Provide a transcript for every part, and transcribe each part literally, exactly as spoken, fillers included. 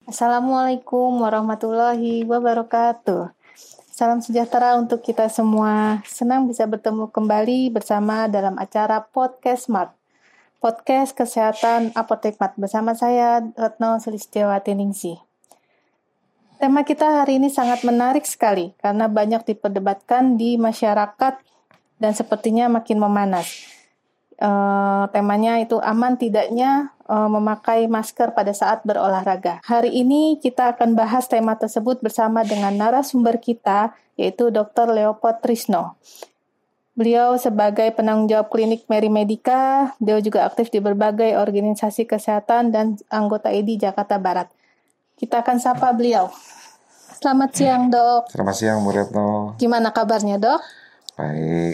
Assalamualaikum warahmatullahi wabarakatuh. Salam sejahtera untuk kita semua. Senang bisa bertemu kembali bersama dalam acara Podcast Mart. Podcast Kesehatan Apotek Mart bersama saya Retno Sulistiawati Ningsih. Tema kita hari ini sangat menarik sekali karena banyak diperdebatkan di masyarakat dan sepertinya makin memanas. Uh, temanya itu aman tidaknya uh, memakai masker pada saat berolahraga. Hari ini kita akan bahas tema tersebut bersama dengan narasumber kita, yaitu doktor Leopold Trisno. Beliau sebagai penanggung jawab klinik Mary Medica, beliau juga aktif di berbagai organisasi kesehatan dan anggota I D Jakarta Barat. Kita akan sapa beliau. Selamat siang, Dok. Selamat siang, Bu Retno. Gimana kabarnya, Dok? Baik.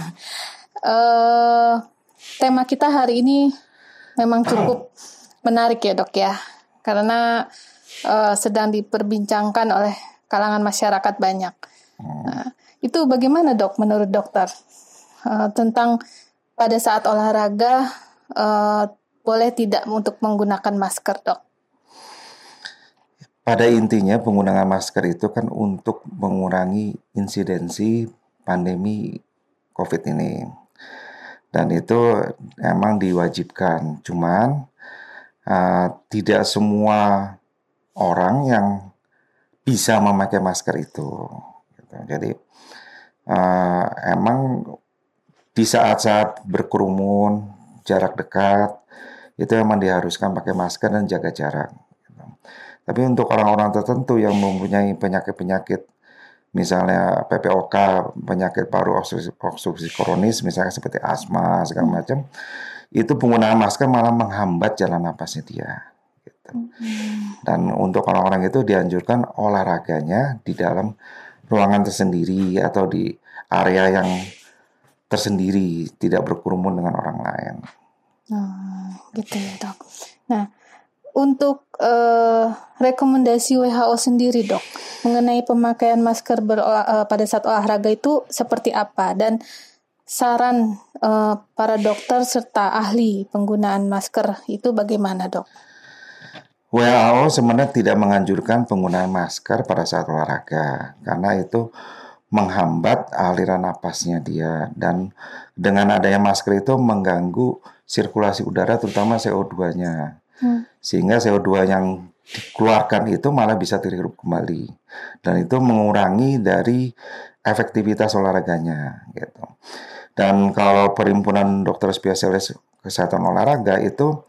Uh, Tema kita hari ini memang cukup menarik ya dok ya, karena uh, sedang diperbincangkan oleh kalangan masyarakat banyak. Nah, itu bagaimana dok menurut dokter uh, tentang pada saat olahraga uh, boleh tidak untuk menggunakan masker dok? Pada intinya penggunaan masker itu kan untuk mengurangi insidensi pandemi COVID ini. Dan itu emang diwajibkan, cuman uh, tidak semua orang yang bisa memakai masker itu. Gitu. Jadi uh, emang di saat-saat berkerumun, jarak dekat, itu emang diharuskan pakai masker dan jaga jarak. Gitu. Tapi untuk orang-orang tertentu yang mempunyai penyakit-penyakit, misalnya P P O K, penyakit paru obstruksi, obstruksi kronis, misalnya seperti asma, segala macam, itu penggunaan masker malah menghambat jalan napasnya dia. Gitu. Dan untuk orang-orang itu dianjurkan olahraganya di dalam ruangan tersendiri atau di area yang tersendiri, tidak berkerumun dengan orang lain. Oh, gitu ya dok. Nah, untuk uh, rekomendasi W H O sendiri dok mengenai pemakaian masker berolah, uh, pada saat olahraga itu seperti apa, dan saran uh, para dokter serta ahli penggunaan masker itu bagaimana dok? W H O sebenarnya tidak menganjurkan penggunaan masker pada saat olahraga karena itu menghambat aliran napasnya dia, dan dengan adanya masker itu mengganggu sirkulasi udara terutama C O dua-nya. Hmm. Sehingga C O dua yang dikeluarkan itu malah bisa terhirup kembali, dan itu mengurangi dari efektivitas olahraganya gitu. Dan kalau Perhimpunan Dokter Spesialis Kesehatan Olahraga itu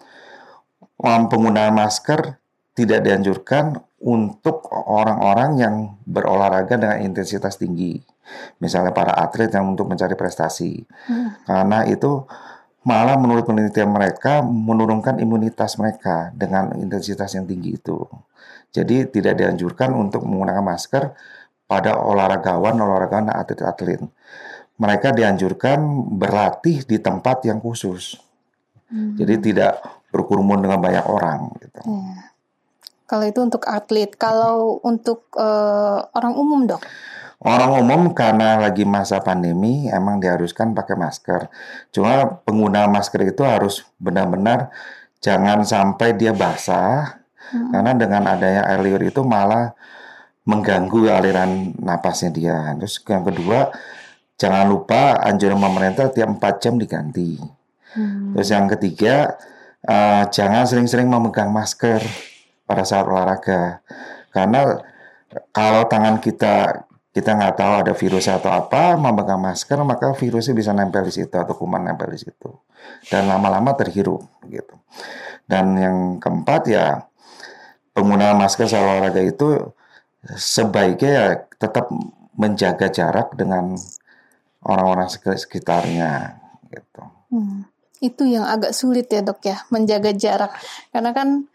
penggunaan masker tidak dianjurkan untuk orang-orang yang berolahraga dengan intensitas tinggi, misalnya para atlet yang untuk mencari prestasi, hmm. karena itu malah menurut penelitian mereka menurunkan imunitas mereka dengan intensitas yang tinggi itu. Jadi tidak dianjurkan untuk menggunakan masker pada olahragawan, olahragawan atlet-atlet. Mereka dianjurkan berlatih di tempat yang khusus. Hmm. Jadi tidak berkerumun dengan banyak orang gitu. Ya. Kalau itu untuk atlet, kalau untuk uh, orang umum dok? Orang umum karena lagi masa pandemi emang diharuskan pakai masker. Cuma penggunaan masker itu harus benar-benar jangan sampai dia basah. Hmm. Karena dengan adanya air liur itu malah mengganggu aliran napasnya dia. Terus yang kedua, jangan lupa anjuran pemerintah tiap empat jam diganti. Hmm. Terus yang ketiga, uh, jangan sering-sering memegang masker pada saat olahraga. Karena kalau tangan kita kita nggak tahu ada virus atau apa, memegang masker maka virusnya bisa nempel di situ atau kuman nempel di situ dan lama-lama terhirup gitu. Dan yang keempat ya, penggunaan masker saat olahraga itu sebaiknya ya tetap menjaga jarak dengan orang-orang sekitarnya gitu. Hmm, itu yang agak sulit ya dok ya, menjaga jarak, karena kan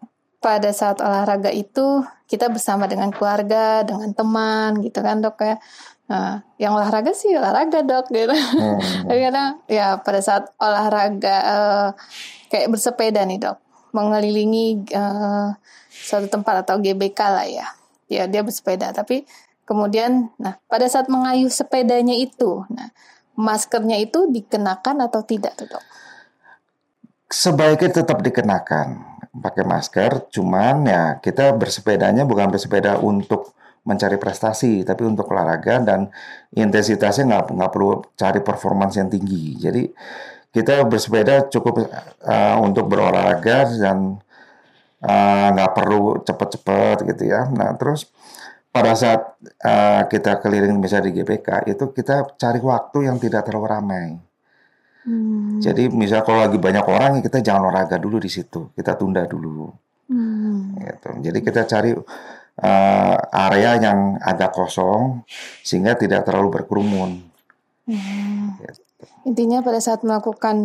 pada saat olahraga itu kita bersama dengan keluarga, dengan teman gitu kan dok ya. Nah, yang olahraga sih olahraga dok gitu. Hmm. Tapi kadang ya pada saat olahraga uh, kayak bersepeda nih dok, mengelilingi uh, suatu tempat atau G B K lah ya. Ya dia bersepeda, tapi kemudian nah pada saat mengayuh sepedanya itu, nah maskernya itu dikenakan atau tidak tuh dok? Sebaiknya tetap dikenakan. pakai masker, cuman ya kita bersepedanya bukan bersepeda untuk mencari prestasi, tapi untuk olahraga dan intensitasnya nggak nggak perlu cari performance yang tinggi. Jadi kita bersepeda cukup uh, untuk berolahraga dan uh, nggak perlu cepet-cepet gitu ya. Nah terus pada saat uh, kita keliling misalnya di G B K itu kita cari waktu yang tidak terlalu ramai. Hmm. Jadi misal kalau lagi banyak orang ya kita jangan olahraga dulu di situ, kita tunda dulu. Hmm. Gitu. Jadi kita cari uh, area yang agak kosong sehingga tidak terlalu berkerumun. Hmm. Gitu. Intinya pada saat melakukan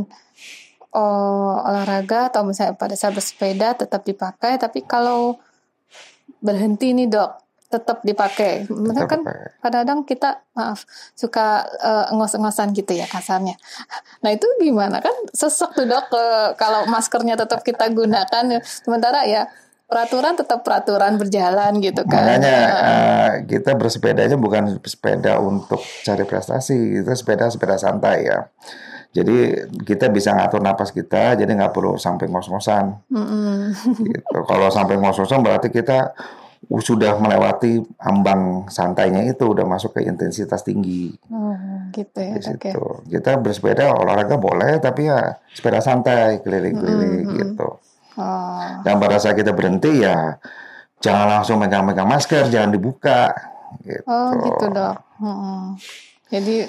oh, olahraga atau misalnya pada saat bersepeda tetap dipakai, tapi kalau berhenti nih dok, tetap dipakai. Mereka kan kadang-kadang kita maaf suka uh, engos-engosan gitu ya kasarnya. Nah itu gimana kan sesek tuh dok uh, kalau maskernya tetap kita gunakan, sementara ya peraturan tetap peraturan berjalan gitu kan. Makanya uh, kita bersepedanya bukan sepeda untuk cari prestasi, itu sepeda sepeda santai ya. Jadi kita bisa ngatur napas kita, jadi nggak perlu sampai ngos-ngosan. Mm-hmm. Gitu. Kalau sampai ngos-ngosan berarti kita sudah melewati ambang santainya itu, udah masuk ke intensitas tinggi. Oh, gitu ya. Di situ. Okay. Kita bersepeda olahraga boleh, tapi ya sepeda santai, keliling-keliling mm-hmm. gitu. Oh. Dan pada saat kita berhenti ya jangan langsung megang-megang masker, jangan dibuka. Gitu. Oh gitu dok. Hmm. Jadi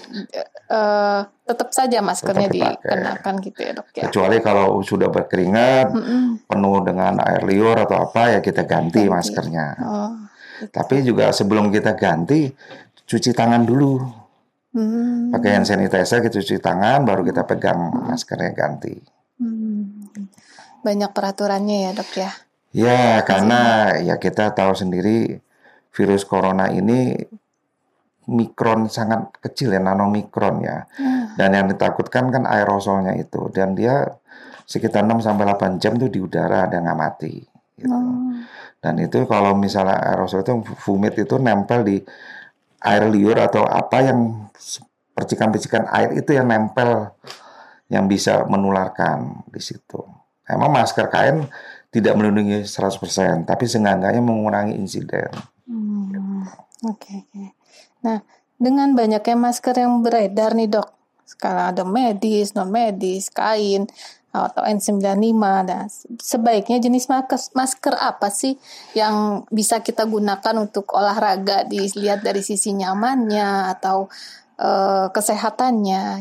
uh, tetap saja maskernya tetap dikenakan gitu ya dok ya. Kecuali kalau sudah berkeringat, mm-mm. penuh dengan air liur atau apa ya kita ganti, ganti. maskernya. Oh, gitu. Tapi juga sebelum kita ganti, cuci tangan dulu. Hmm. Pakai hand sanitizer, kita cuci tangan, baru kita pegang maskernya ganti. Hmm. Banyak peraturannya ya dok ya. Ya karena ya kita tahu sendiri virus corona ini mikron sangat kecil ya, nanomikron ya. Hmm. Dan yang ditakutkan kan aerosolnya itu. Dan dia sekitar enam sampai delapan jam tuh di udara dan nggak mati. Gitu. Hmm. Dan itu kalau misalnya aerosol itu fumit itu nempel di air liur atau apa yang percikan-percikan air itu yang nempel yang bisa menularkan di situ. Emang masker kain tidak melindungi seratus persen, tapi seenggaknya mengurangi insiden. Hmm. Gitu. Oke, okay, oke. Okay. Nah, dengan banyaknya masker yang beredar nih dok, sekarang ada medis, non-medis, kain, atau N sembilan puluh lima, dan sebaiknya jenis masker, masker apa sih yang bisa kita gunakan untuk olahraga, dilihat dari sisi nyamannya atau uh, kesehatannya?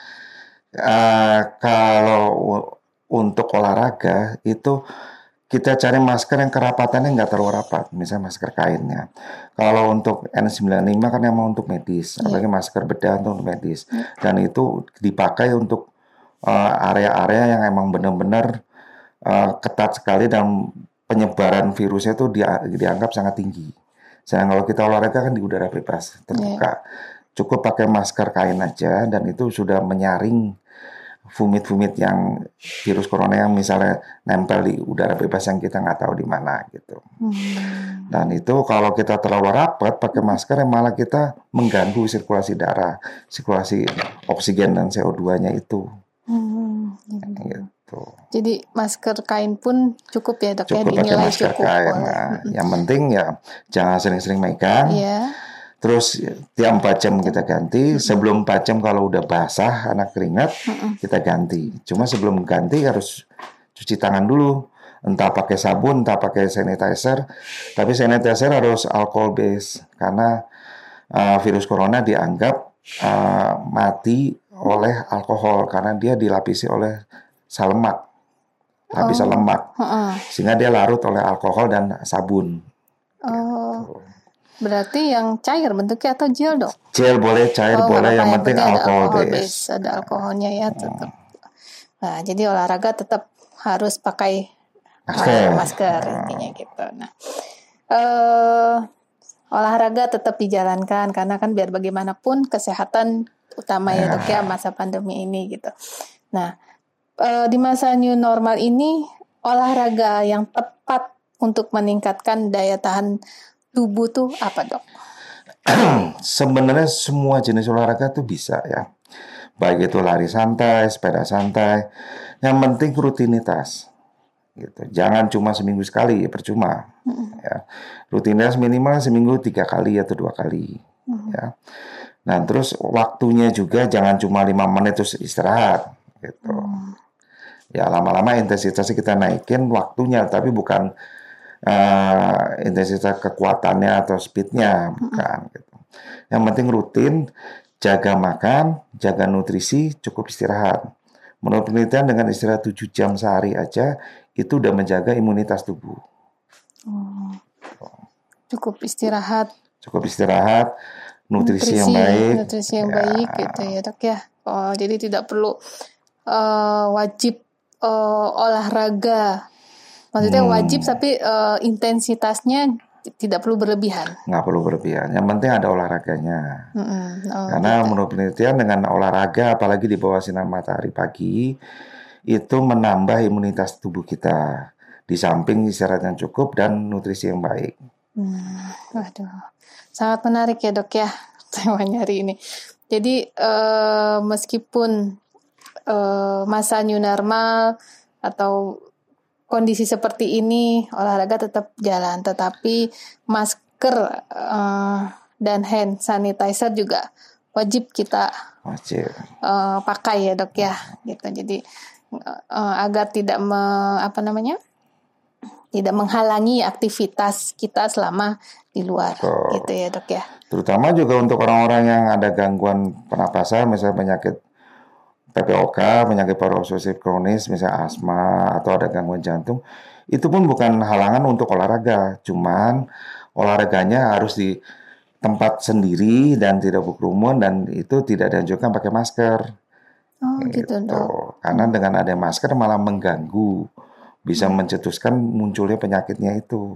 Uh, kalau untuk olahraga itu kita cari masker yang kerapatannya nggak terlalu rapat, misalnya masker kainnya. Kalau untuk N sembilan puluh lima kan emang untuk medis, yeah. apalagi masker bedah untuk medis. Yeah. Dan itu dipakai untuk uh, area-area yang emang benar-benar uh, ketat sekali dan penyebaran virusnya itu dia, dianggap sangat tinggi. Sedangkan kalau kita olahraga kan di udara bebas, terbuka. Yeah. Cukup pakai masker kain aja dan itu sudah menyaring fumit-fumit yang virus corona yang misalnya nempel di udara bebas yang kita nggak tahu di mana gitu. Hmm. Dan itu kalau kita terlalu rapat pakai masker yang malah kita mengganggu sirkulasi darah, sirkulasi oksigen dan C O dua-nya itu. Hmm. Gitu. Jadi masker kain pun cukup ya dok ya, dinilai cukup. Pakai masker cukup kain. Nah, hmm. Yang penting ya jangan sering-sering megang. Yeah. Terus tiap empat jam kita ganti. Mm-hmm. Sebelum empat jam kalau udah basah, anak keringat, mm-hmm. kita ganti. Cuma sebelum ganti harus cuci tangan dulu. Entah pakai sabun, entah pakai sanitizer. Tapi sanitizer harus alcohol base. Karena uh, virus corona dianggap uh, mati oleh alkohol. Karena dia dilapisi oleh sel lemak. Lapisan oh. lemak. Uh-uh. Sehingga dia larut oleh alkohol dan sabun. Oh. Gitu. Berarti yang cair bentuknya atau gel dok? Gel boleh, cair oh, boleh, yang penting alkohol base. base. Ada alkoholnya ya tetap. Hmm. Nah, jadi olahraga tetap harus pakai masker, uh, masker hmm. intinya gitu. Nah, uh, olahraga tetap dijalankan karena kan biar bagaimanapun kesehatan utama ya dok ya masa pandemi ini gitu. Nah, uh, di masa new normal ini olahraga yang tepat untuk meningkatkan daya tahan tubuh tuh apa dok? Sebenarnya semua jenis olahraga tuh bisa ya. Baik itu lari santai, sepeda santai. Yang penting rutinitas. gitu. Jangan cuma seminggu sekali, ya percuma. Mm-mm. Ya. Rutinitas minimal seminggu tiga kali atau dua kali. Mm-mm. Ya. Nah, terus waktunya juga jangan cuma lima menit terus istirahat. Gitu. Mm. Ya lama-lama intensitasnya kita naikin waktunya, tapi bukan uh, intensitas kekuatannya atau speednya, bukan. Gitu. Yang penting rutin, jaga makan, jaga nutrisi, cukup istirahat. Menurut penelitian dengan istirahat tujuh jam sehari aja itu udah menjaga imunitas tubuh. Oh. Cukup istirahat. Cukup istirahat, nutrisi, nutrisi yang baik. Nutrisi yang ya. baik gitu ya dok ya. Oh, jadi tidak perlu uh, wajib uh, olahraga. Maksudnya hmm. wajib tapi uh, intensitasnya tidak perlu berlebihan. Nggak perlu berlebihan. Yang penting ada olahraganya. Mm-hmm. Oh, Karena gitu. menurut penelitian dengan olahraga, apalagi di bawah sinar matahari pagi, itu menambah imunitas tubuh kita. Di samping istirahat yang cukup dan nutrisi yang baik. Hmm. Waduh, sangat menarik ya dok ya temanya hari ini. Jadi uh, meskipun uh, masa new normal atau kondisi seperti ini, olahraga tetap jalan, tetapi masker uh, dan hand sanitizer juga wajib kita wajib. Uh, pakai ya dok ya, gitu. Jadi uh, agar tidak me, apa namanya, tidak menghalangi aktivitas kita selama di luar, oh. gitu ya dok ya. Terutama juga untuk orang-orang yang ada gangguan pernapasan, misalnya penyakit P P O K, penyakit paru obstruktif kronis, misalnya asma atau ada gangguan jantung, itu pun bukan halangan untuk olahraga, cuman olahraganya harus di tempat sendiri dan tidak berkerumun dan itu tidak dianjurkan pakai masker. Oh gitu, gitu dok. Karena dengan ada masker malah mengganggu, bisa hmm. mencetuskan munculnya penyakitnya itu.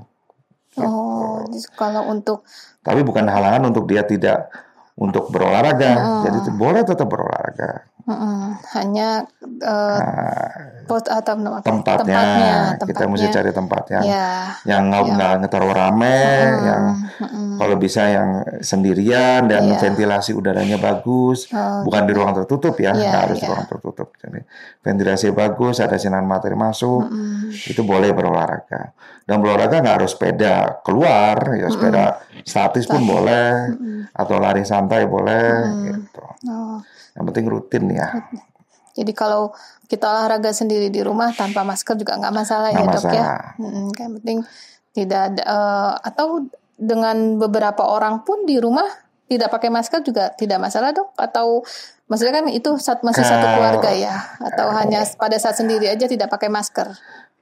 Oh, gitu. Kalau untuk tapi bukan halangan untuk dia tidak untuk berolahraga, hmm. jadi boleh tetap berolahraga. Mm-mm. Hanya uh, nah, pot atau apa? Tempatnya, tempatnya, kita tempatnya. mesti cari tempat yang ya, yang nggak ya. terlalu rame, mm-mm. yang mm-mm. kalau bisa yang sendirian dan ya. ventilasi udaranya bagus, oh, bukan gitu. Di ruang tertutup ya, nggak ya, harus ya. di ruang tertutup. Jadi ventilasi bagus, ada sinar matahari masuk, mm-mm. itu boleh berolahraga. Dan berolahraga nggak harus sepeda keluar, ya sepeda mm-mm. statis pun Statis. boleh, mm-mm. atau lari santai boleh, mm-mm. gitu. Oh. Yang penting rutin ya. Jadi kalau kita olahraga sendiri di rumah tanpa masker juga nggak masalah nggak ya masalah. dok ya. Hmm, yang penting tidak ada, uh, atau dengan beberapa orang pun di rumah tidak pakai masker juga tidak masalah dok. Atau maksudnya kan itu masih Ka- satu keluarga ya. Atau uh, hanya pada saat sendiri aja tidak pakai masker.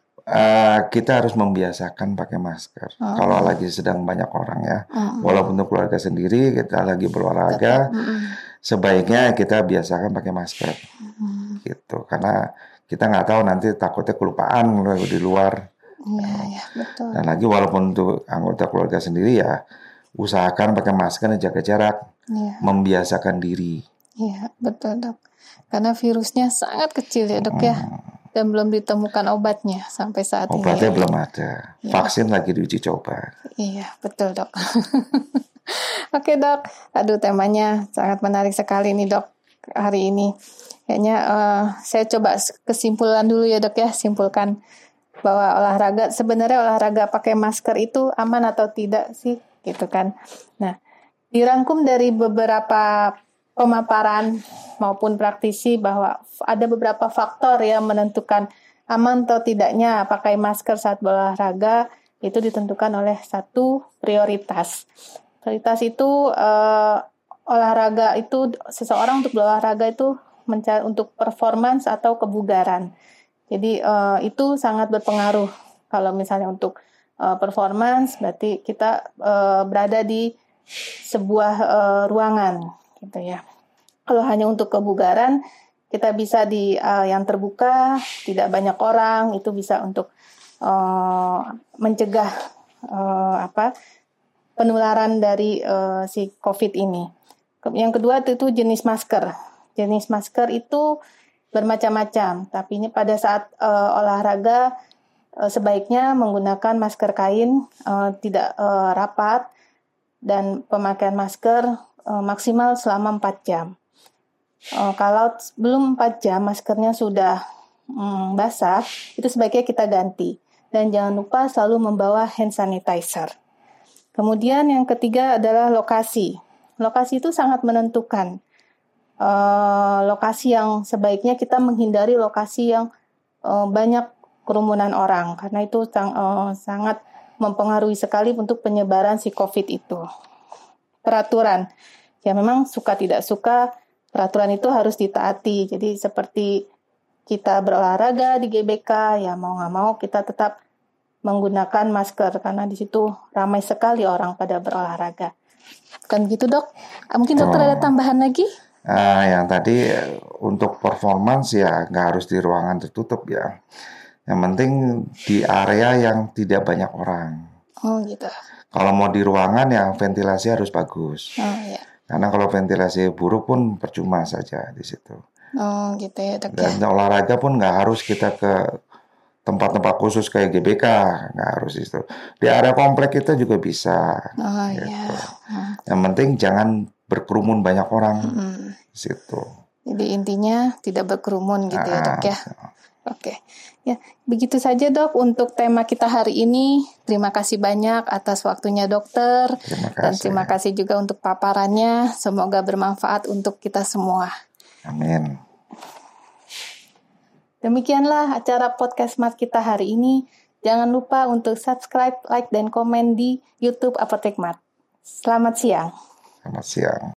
Uh, kita harus membiasakan pakai masker. Oh. Kalau lagi sedang banyak orang ya, mm-hmm. walaupun untuk keluarga sendiri kita lagi berolahraga. Mm-hmm. Sebaiknya kita biasakan pakai masker, hmm. gitu. Karena kita nggak tahu nanti takutnya kelupaan di luar. Iya, ya, betul. Dan lagi walaupun untuk anggota keluarga sendiri ya, usahakan pakai masker dan jaga jarak, ya. Membiasakan diri. Iya, betul dok. Karena virusnya sangat kecil ya dok hmm. ya, dan belum ditemukan obatnya sampai saat obatnya ini. Obatnya ya, belum ada. Ya. Vaksin lagi diuji coba. Iya, betul dok. Oke dok, aduh temanya sangat menarik sekali nih dok hari ini. Kayaknya uh, saya coba kesimpulan dulu ya dok ya, simpulkan bahwa olahraga sebenarnya olahraga pakai masker itu aman atau tidak sih, gitu kan? Nah, dirangkum dari beberapa pemaparan maupun praktisi bahwa ada beberapa faktor yang menentukan aman atau tidaknya pakai masker saat berolahraga itu ditentukan oleh satu prioritas. Prioritas itu uh, olahraga itu seseorang untuk berolahraga itu mencari untuk performance atau kebugaran. Jadi uh, itu sangat berpengaruh. Kalau misalnya untuk uh, performance berarti kita uh, berada di sebuah uh, ruangan, gitu ya. Kalau hanya untuk kebugaran kita bisa di uh, yang terbuka, tidak banyak orang, itu bisa untuk uh, mencegah uh, apa? penularan dari uh, si COVID ini. Yang kedua itu jenis masker. Jenis masker itu bermacam-macam, tapi ini pada saat uh, olahraga uh, sebaiknya menggunakan masker kain, uh, tidak uh, rapat, dan pemakaian masker uh, maksimal selama empat jam. Uh, kalau belum empat jam maskernya sudah hmm, basah, itu sebaiknya kita ganti. Dan jangan lupa selalu membawa hand sanitizer. Kemudian yang ketiga adalah lokasi. Lokasi itu sangat menentukan. Uh, lokasi yang sebaiknya kita menghindari lokasi yang uh, banyak kerumunan orang, karena itu sang, uh, sangat mempengaruhi sekali untuk penyebaran si COVID itu. Peraturan, ya memang suka tidak suka, peraturan itu harus ditaati. Jadi seperti kita berolahraga di G B K, ya mau nggak mau kita tetap menggunakan masker, karena di situ ramai sekali orang pada berolahraga. Kan gitu dok? Mungkin dokter oh. ada tambahan lagi? Ah, yang tadi untuk performance ya nggak harus di ruangan tertutup ya. Yang penting di area yang tidak banyak orang. Oh gitu. Kalau mau di ruangan ya ventilasi harus bagus. Oh iya. Karena kalau ventilasi buruk pun percuma saja di situ. Oh gitu ya dok. Dan ya. olahraga pun nggak harus kita ke tempat-tempat khusus kayak G B K, nggak harus itu. Di area komplek kita juga bisa. Oh gitu. iya. Hmm. Yang penting jangan berkerumun banyak orang. Hmm. Di situ. Jadi intinya tidak berkerumun gitu nah, ya dok ya. Oke, ya begitu saja dok untuk tema kita hari ini. Terima kasih banyak atas waktunya dokter. Terima kasih. Dan terima kasih juga untuk paparannya. Semoga bermanfaat untuk kita semua. Amin. Demikianlah acara podcast Smart kita hari ini. Jangan lupa untuk subscribe, like, dan komen di YouTube Apotek Mart. Selamat siang. Selamat siang.